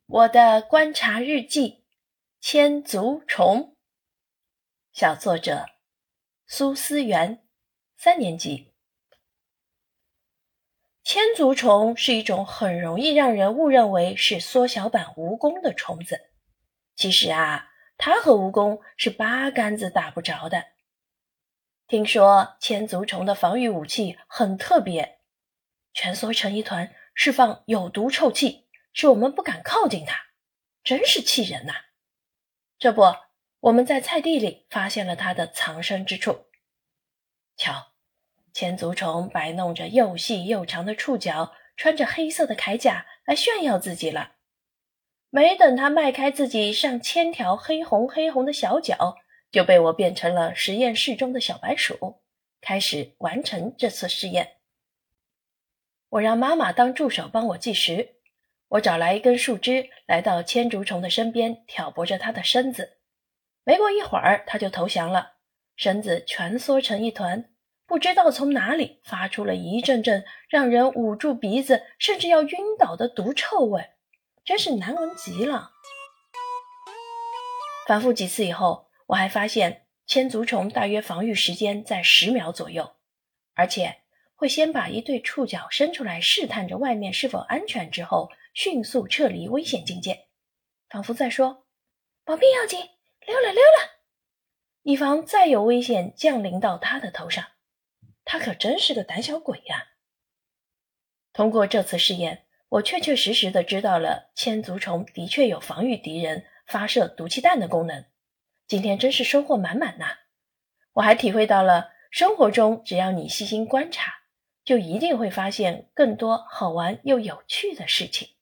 我的观察日记，千足虫。小作者苏思源，3年级。千足虫是一种很容易让人误认为是缩小版蜈蚣的虫子。其实它和蜈蚣是八竿子打不着的。听说千足虫的防御武器很特别，蜷缩成一团，释放有毒臭气，使我们不敢靠近它，真是气人呐！这不，我们在菜地里发现了它的藏身之处。瞧，千足虫摆弄着又细又长的触角，穿着黑色的铠甲来炫耀自己了。没等它迈开自己上千条黑红的小脚，就被我变成了实验室中的小白鼠，开始完成这次试验。我让妈妈当助手帮我计时，我找来一根树枝，来到千足虫的身边，挑拨着它的身子。没过一会儿，它就投降了，身子蜷缩成一团，不知道从哪里发出了一阵阵让人捂住鼻子甚至要晕倒的毒臭味，真是难闻极了。反复几次以后，我还发现千足虫大约防御时间在10秒左右，而且会先把一对触角伸出来试探着外面是否安全，之后迅速撤离危险境界，仿佛在说保命要紧，溜了溜了，以防再有危险降临到他的头上。他可真是个胆小鬼呀！通过这次试验，我确实地知道了千足虫的确有防御敌人、发射毒气弹的功能。今天真是收获满满呐！我还体会到了生活中只要你细心观察，就一定会发现更多好玩又有趣的事情。